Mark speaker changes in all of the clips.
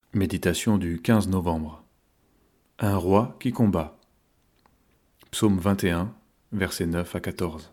Speaker 1: Méditation du 15 novembre. Un roi qui combat. Psaume 21, versets 9 à 14.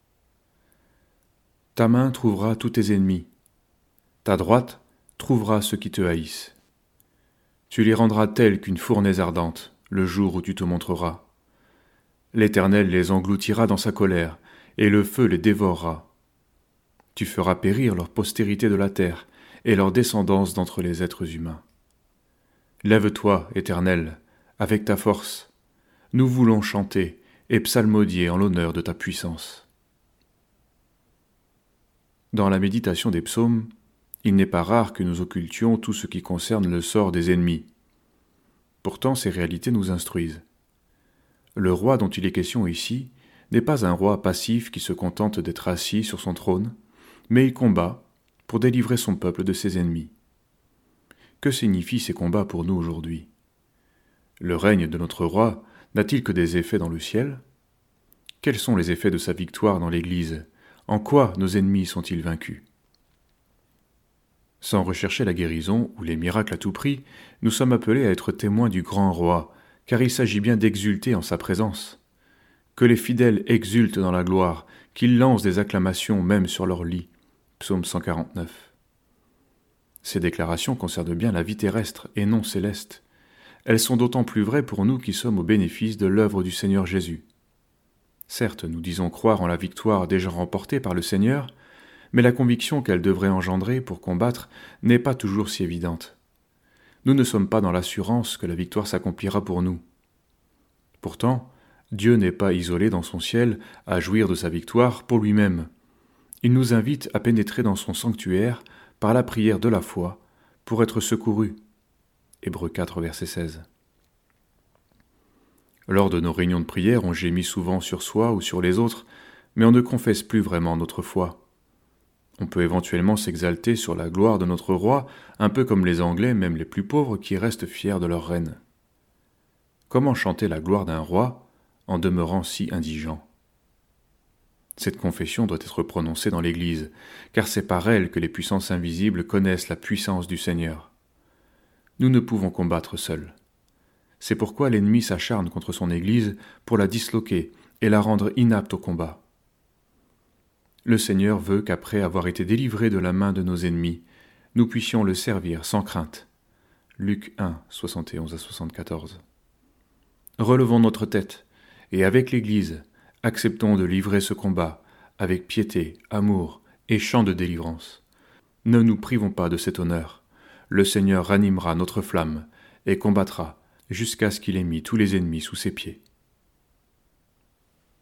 Speaker 1: Ta main trouvera tous tes ennemis. Ta droite trouvera ceux qui te haïssent. Tu les rendras tels qu'une fournaise ardente, le jour où tu te montreras. L'Éternel les engloutira dans sa colère, et le feu les dévorera. Tu feras périr leur postérité de la terre, et leur descendance d'entre les êtres humains. Lève-toi, Éternel, avec ta force. Nous voulons chanter et psalmodier en l'honneur de ta puissance. Dans la méditation des psaumes, il n'est pas rare que nous occultions tout ce qui concerne le sort des ennemis. Pourtant, ces réalités nous instruisent. Le roi dont il est question ici n'est pas un roi passif qui se contente d'être assis sur son trône, mais il combat pour délivrer son peuple de ses ennemis. Que signifient ces combats pour nous aujourd'hui ? Le règne de notre roi n'a-t-il que des effets dans le ciel ? Quels sont les effets de sa victoire dans l'Église ? En quoi nos ennemis sont-ils vaincus ? Sans rechercher la guérison ou les miracles à tout prix, nous sommes appelés à être témoins du grand roi, car il s'agit bien d'exulter en sa présence. Que les fidèles exultent dans la gloire, qu'ils lancent des acclamations même sur leur lit. Psaume 149. Ces déclarations concernent bien la vie terrestre et non céleste. Elles sont d'autant plus vraies pour nous qui sommes au bénéfice de l'œuvre du Seigneur Jésus. Certes, nous disons croire en la victoire déjà remportée par le Seigneur, mais la conviction qu'elle devrait engendrer pour combattre n'est pas toujours si évidente. Nous ne sommes pas dans l'assurance que la victoire s'accomplira pour nous. Pourtant, Dieu n'est pas isolé dans son ciel à jouir de sa victoire pour lui-même. Il nous invite à pénétrer dans son sanctuaire par la prière de la foi, pour être secourus. Hébreux 4, verset 16. Lors de nos réunions de prière, on gémit souvent sur soi ou sur les autres, mais on ne confesse plus vraiment notre foi. On peut éventuellement s'exalter sur la gloire de notre roi, un peu comme les Anglais, même les plus pauvres, qui restent fiers de leur reine. Comment chanter la gloire d'un roi en demeurant si indigent ? Cette confession doit être prononcée dans l'Église, car c'est par elle que les puissances invisibles connaissent la puissance du Seigneur. Nous ne pouvons combattre seuls. C'est pourquoi l'ennemi s'acharne contre son Église pour la disloquer et la rendre inapte au combat. Le Seigneur veut qu'après avoir été délivrés de la main de nos ennemis, nous puissions le servir sans crainte. Luc 1, 71 à 74. Relevons notre tête, et avec l'Église, acceptons de livrer ce combat avec piété, amour et chant de délivrance. Ne nous privons pas de cet honneur. Le Seigneur ranimera notre flamme et combattra jusqu'à ce qu'il ait mis tous les ennemis sous ses pieds.